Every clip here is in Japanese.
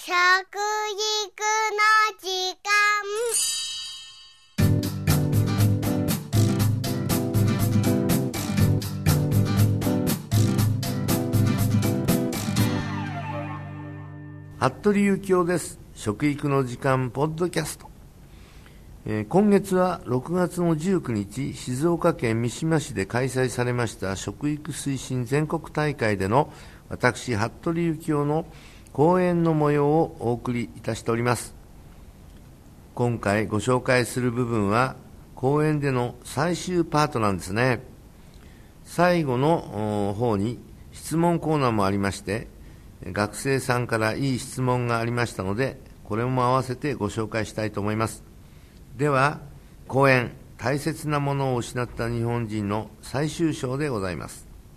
食育の時間。 服部幸男です。食育の時間ポッドキャスト。今月は6月の19日、静岡県三島市で開催されました食育推進全国大会での私、服部幸男の講演の模様をお送りいたしております。今回ご紹介する部分は講演での最終パートなんですね。最後の方に質問コーナーもありまして、学生さんからいい質問がありましたので、これも合わせてご紹介したいと思います。では、講演、大切なものを失った日本人の最終章でございます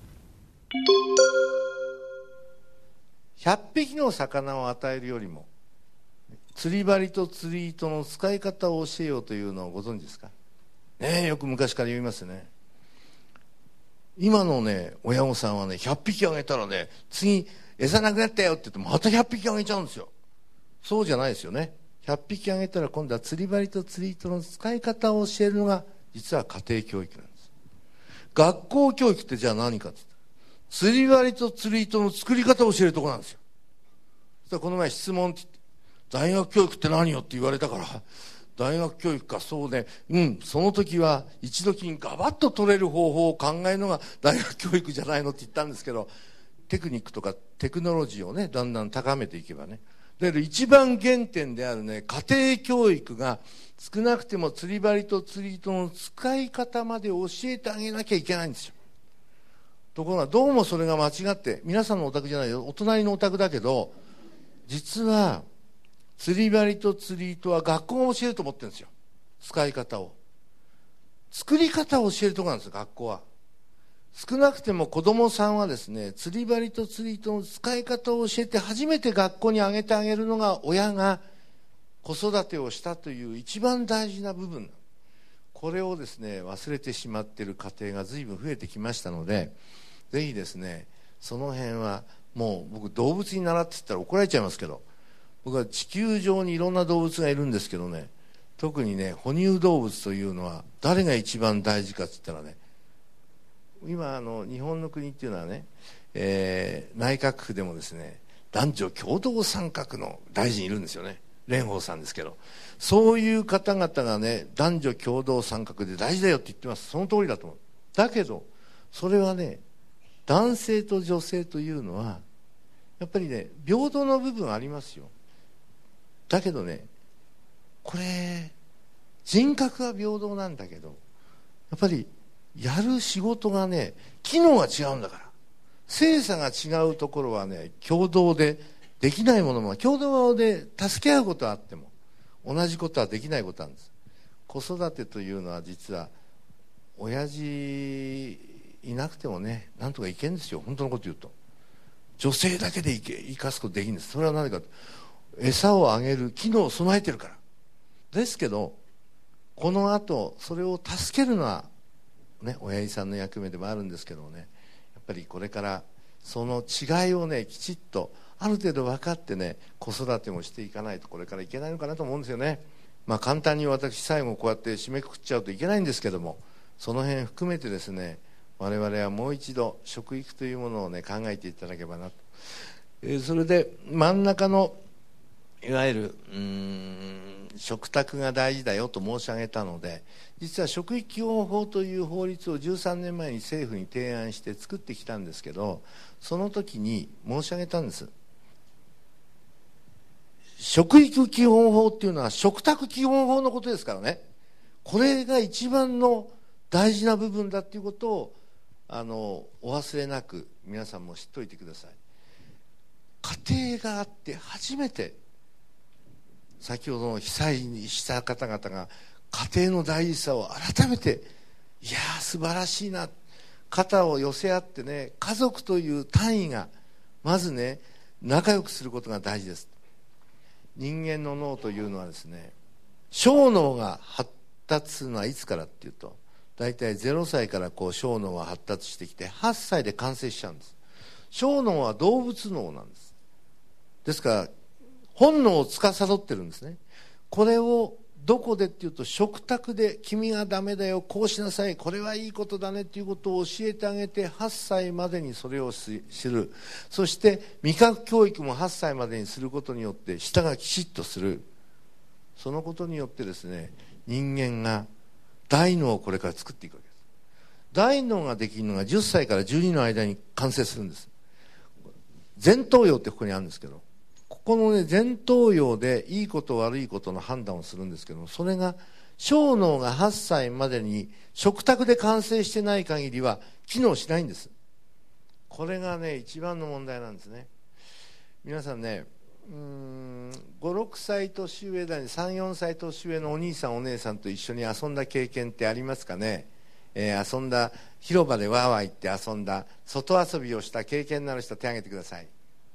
。100匹の魚を与えるよりも、釣り針と釣り糸の使い方を教えようというのをご存知ですか？ねえ、よく昔から言いますね。今のね、親御さんはね、100匹あげたらね、次、餌なくなったよって言ってまた100匹あげちゃうんですよ。そうじゃないですよね。100匹あげたら今度は釣り針と釣り糸の使い方を教えるのが実は家庭教育なんです。学校教育ってじゃあ何かって言ったら、釣り針と釣り糸の作り方を教えるところなんですよ。そしたらこの前質問って言って、大学教育って何よって言われたから、大学教育か、そうね、その時は一時にガバッと取れる方法を考えるのが大学教育じゃないのって言ったんですけど、テクニックとかテクノロジーをね、だんだん高めていけばね。だけど一番原点であるね、家庭教育が少なくても釣り針と釣り糸の使い方まで教えてあげなきゃいけないんですよ。ところがどうもそれが間違って、皆さんのお宅じゃないよ、お隣のお宅だけど、実は釣り針と釣り糸は学校が教えると思ってるんですよ。使い方を。作り方を教えるところなんですよ、学校は。少なくても子供さんはですね、釣り針と釣り糸の使い方を教えて初めて学校にあげてあげるのが親が子育てをしたという一番大事な部分。これをですね、忘れてしまっている家庭が随分増えてきましたので、ぜひですね、その辺はもう僕動物に習って言ったら怒られちゃいますけど、僕は地球上にいろんな動物がいるんですけどね、特にね、哺乳動物というのは誰が一番大事かって言ったらね、今日本の国っていうのはね、内閣府でもですね、男女共同参画の大臣いるんですよね。蓮舫さんですけど、そういう方々がね、男女共同参画で大事だよって言ってます。その通りだと思う。だけどそれはね、男性と女性というのはやっぱりね、平等の部分ありますよ。だけどね、これ人格は平等なんだけど、やっぱりやる仕事がね、機能が違うんだから、精査が違うところはね、共同でできないものも、共同で助け合うことはあっても同じことはできないことなんです。子育てというのは実は親父いなくてもね、なんとかいけんですよ。本当のこと言うと女性だけで生かすことできるんです。それは何か、餌をあげる機能を備えてるからですけど、この後それを助けるのはね、親父さんの役目でもあるんですけどもね、やっぱりこれからその違いをね、きちっとある程度分かってね、子育てもしていかないとこれからいけないのかなと思うんですよね。簡単に私最後こうやって締めくくっちゃうといけないんですけども、その辺含めてですね、我々はもう一度食育というものをね、考えていただければなと。それで真ん中のいわゆる食卓が大事だよと申し上げたので、実は食育基本法という法律を13年前に政府に提案して作ってきたんですけど、その時に申し上げたんです。食育基本法っていうのは食卓基本法のことですからね、これが一番の大事な部分だっていうことをお忘れなく皆さんも知っておいてください。家庭があって初めて、先ほどの被災した方々が家庭の大事さを改めて、いやー素晴らしいな、肩を寄せ合ってね、家族という単位がまずね、仲良くすることが大事です。人間の脳というのはですね、小脳が発達するのはいつからっていうと、だいたい0歳から小脳が発達してきて8歳で完成しちゃうんです。小脳は動物脳なんです。ですから本能を司ってるんですね。これをどこでっていうと、食卓で君がダメだよ、こうしなさい、これはいいことだねっていうことを教えてあげて、8歳までにそれを知る。そして味覚教育も8歳までにすることによって舌がきちっとする。そのことによってですね、人間が大脳をこれから作っていくわけです。大脳ができるのが10歳から12の間に完成するんです。前頭葉ってここにあるんですけど、ここのね、前頭葉でいいこと悪いことの判断をするんですけども、それが小脳が8歳までに食卓で完成してない限りは機能しないんです。これがね、一番の問題なんですね。皆さんね、5、6歳年上だに3、4歳年上のお兄さんお姉さんと一緒に遊んだ経験ってありますかね。遊んだ、広場でワーワー言って遊んだ、外遊びをした経験のある人、手を挙げてください。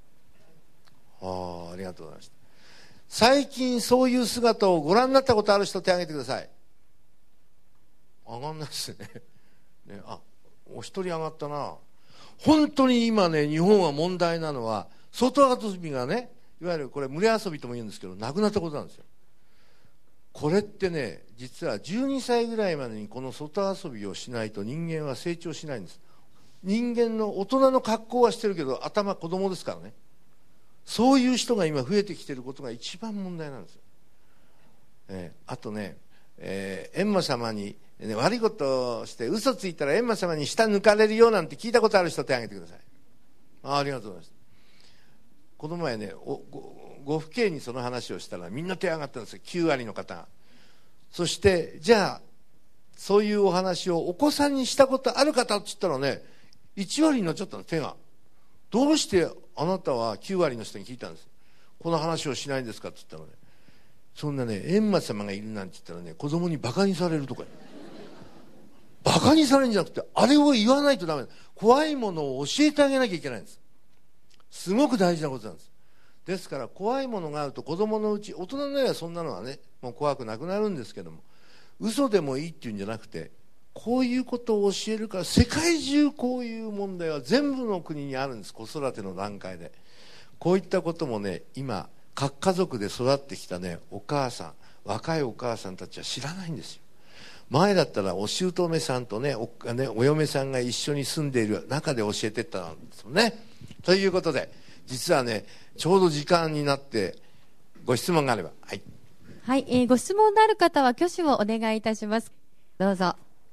ありがとうございました。最近そういう姿をご覧になったことある人、手を挙げてください。上がんないですね。お一人上がったな。本当に今ね、日本は問題なのは、外遊びがね、いわゆるこれ群れ遊びとも言うんですけど、なくなったことなんですよ。これってね、実は12歳ぐらいまでにこの外遊びをしないと人間は成長しないんです。人間の大人の格好はしてるけど、頭子供ですからね。そういう人が今増えてきていることが一番問題なんですよ。あとね、閻魔様に、悪いことをして嘘ついたら閻魔様に舌抜かれるよなんて聞いたことある人、手を挙げてください。ありがとうございます。この前ね、ご父兄にその話をしたらみんな手を挙がったんですよ、9割の方が。そしてじゃあそういうお話をお子さんにしたことある方って言ったらね、1割になっちゃったの、手が。どうしてあなたは9割の人に聞いたんです。この話をしないんですかって言ったらね、そんなね、閻魔様がいるなんて言ったらね、子供にバカにされるとか。バカにされるんじゃなくて、あれを言わないとダメだ。怖いものを教えてあげなきゃいけないんです。すごく大事なことなんです。ですから怖いものがあると子供のうち、大人の間はそんなのはね、もう怖くなくなるんですけども、嘘でもいいっていうんじゃなくて、こういうことを教えるから、世界中こういう問題は全部の国にあるんです。子育ての段階でこういったこともね、今核家族で育ってきたね、お母さん、若いお母さんたちは知らないんですよ。前だったらお姑さんとね、お嫁さんが一緒に住んでいる中で教えてったんですよね。ということで、実はね、ちょうど時間になって、ご質問があれば。はい、 はい、ご質問のある方は挙手をお願いいたします。どうぞ。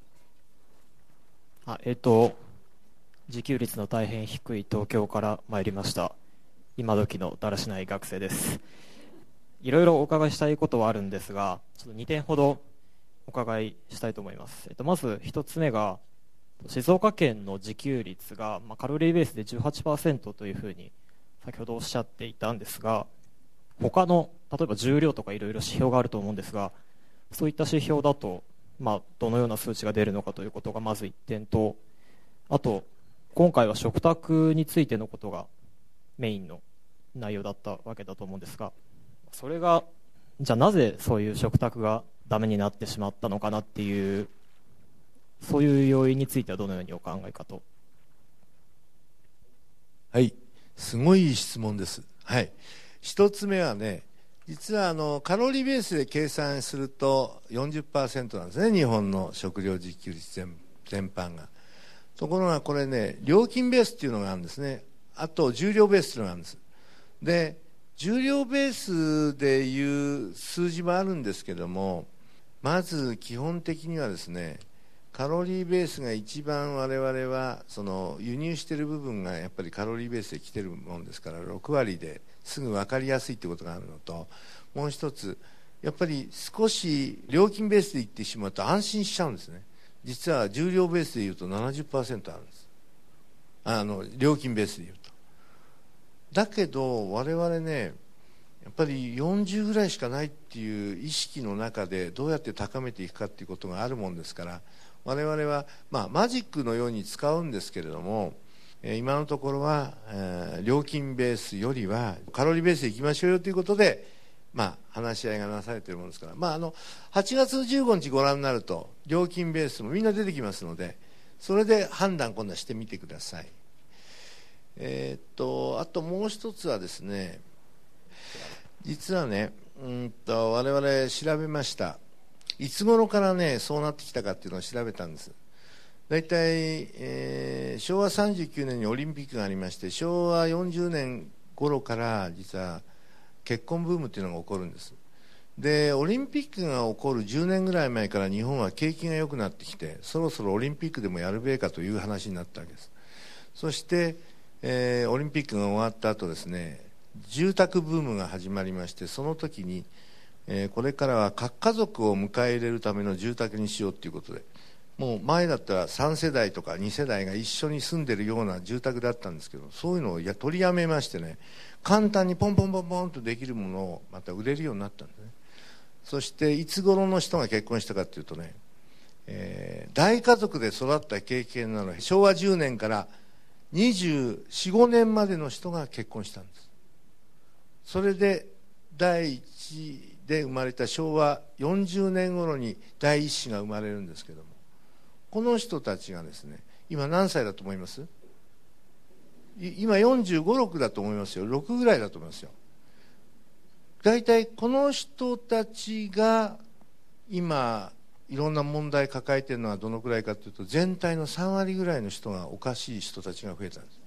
自給率の大変低い東京から参りました今時のだらしない学生です。いろいろお伺いしたいことはあるんですが、ちょっと2点ほどお伺いしたいと思います。まず1つ目が、静岡県の自給率が、カロリーベースで 18% というふうに先ほどおっしゃっていたんですが、他の例えば重量とかいろいろ指標があると思うんですが、そういった指標だと、どのような数値が出るのかということがまず1点と、あと今回は食卓についてのことがメインの内容だったわけだと思うんですが、それがじゃあなぜそういう食卓がダメになってしまったのかなっていう、そういう要因についてはどのようにお考えかと。 はい、すごい質問です。はい、一つ目はね、実はカロリーベースで計算すると 40% なんですね、日本の食料自給率全般が。ところがこれね、料金ベースっていうのがあるんですね。あと重量ベースっていうのがあるんです。で、重量ベースでいう数字もあるんですけども、まず基本的にはですね、カロリーベースが一番我々はその輸入している部分がやっぱりカロリーベースで来てるもんですから、6割ですぐ分かりやすいってことがあるのと、もう一つやっぱり少し料金ベースでいってしまうと安心しちゃうんですね。実は重量ベースでいうと 70% あるんです。料金ベースでいうと。だけど我々ね、やっぱり40ぐらいしかないっていう意識の中でどうやって高めていくかっていうことがあるもんですから、我々は、マジックのように使うんですけれども、今のところは、料金ベースよりはカロリーベースでいきましょうよということで、話し合いがなされているものですから、8月15日ご覧になると料金ベースもみんな出てきますので、それで判断今度はしてみてください。あともう一つはですね、 実はね、我々調べました。いつ頃からねそうなってきたかっていうのを調べたんです。大体、昭和39年にオリンピックがありまして、昭和40年頃から実は結婚ブームっていうのが起こるんです。でオリンピックが起こる10年ぐらい前から日本は景気が良くなってきて、そろそろオリンピックでもやるべきかという話になったわけです。そして、オリンピックが終わった後ですね、住宅ブームが始まりまして、その時に、これからは核家族を迎え入れるための住宅にしようということで、もう前だったら3世代とか2世代が一緒に住んでるような住宅だったんですけど、そういうのを取りやめましてね、簡単にポンポンポンポンとできるものをまた売れるようになったんですね。そしていつ頃の人が結婚したかというとね、大家族で育った経験なので、昭和10年から24、5年までの人が結婚したんです。それで第一で生まれた昭和40年頃に第一子が生まれるんですけども、この人たちがですね、今何歳だと思います？今45、6だと思いますよ。6ぐらいだと思いますよ。大体この人たちが今いろんな問題抱えているのはどのくらいかというと、全体の3割ぐらいの人がおかしい人たちが増えたんです。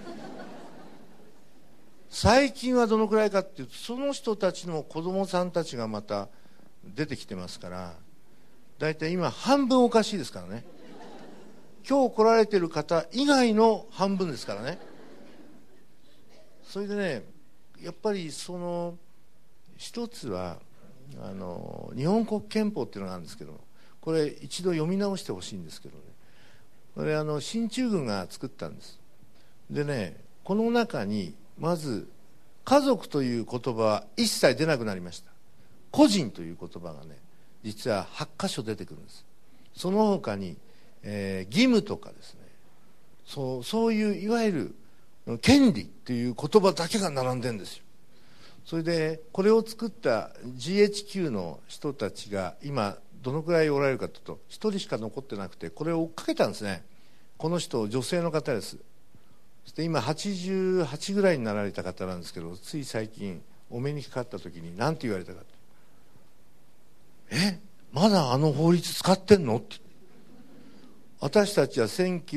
最近はどのくらいかというと、その人たちの子供さんたちがまた出てきてますから、大体今半分おかしいですからね。今日来られている方以外の半分ですからね。それでね、やっぱりその一つは日本国憲法っていうのがあるんですけど、これ一度読み直してほしいんですけどね、これ進駐軍が作ったんです。でね、この中にまず家族という言葉は一切出なくなりました。個人という言葉がね、実は8箇所出てくるんです。その他に、義務とかですね、そういういわゆる権利という言葉だけが並んでるんですよ。それでこれを作った GHQ の人たちが今どのくらいおられるかというと、1人しか残ってなくて、これを追っかけたんですね。この人女性の方です。そして今88ぐらいになられた方なんですけど、つい最近お目にかかった時に何て言われたかと、まだあの法律使ってんのって。私たちは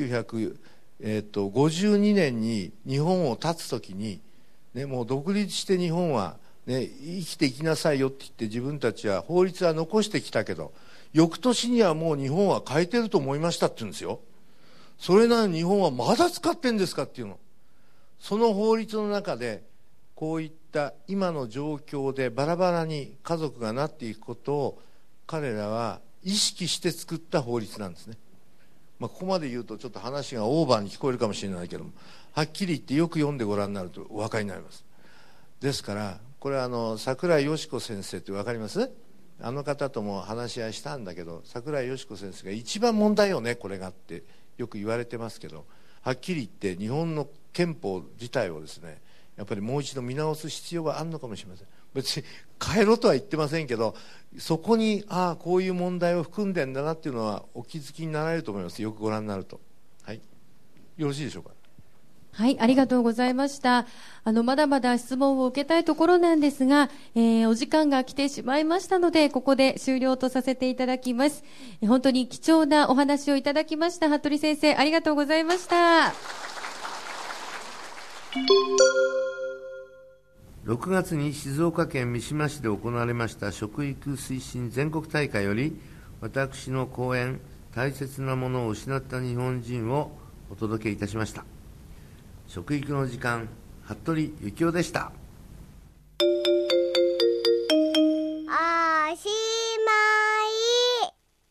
1952年に日本を立つ時に、ね、もう独立して日本は、ね、生きていきなさいよって言って自分たちは法律は残してきたけど、翌年にはもう日本は変えてると思いましたって言うんですよ。それなのに日本はまだ使ってんですかっていうの。その法律の中でこういった今の状況でバラバラに家族がなっていくことを彼らは意識して作った法律なんですね。ここまで言うとちょっと話がオーバーに聞こえるかもしれないけども、はっきり言ってよく読んでご覧になるとお分かりになります。ですからこれは桜井よし子先生って分かります？あの方とも話し合いしたんだけど、桜井よし子先生が一番問題よねこれがってよく言われてますけど、はっきり言って日本の憲法自体をですね、やっぱりもう一度見直す必要があるのかもしれません。別に変えろとは言ってませんけど、そこにこういう問題を含んでんだなっていうのはお気づきになられると思います。よくご覧になると。はい、よろしいでしょうか。 はい、ありがとうございました。まだまだ質問を受けたいところなんですが、お時間が来てしまいましたので、ここで終了とさせていただきます。本当に貴重なお話をいただきました。服部先生、ありがとうございました。 6月に静岡県三島市で行われました食育推進全国大会より、私の講演、大切なものを失った日本人をお届けいたしました。食育の時間、服部幸男でした。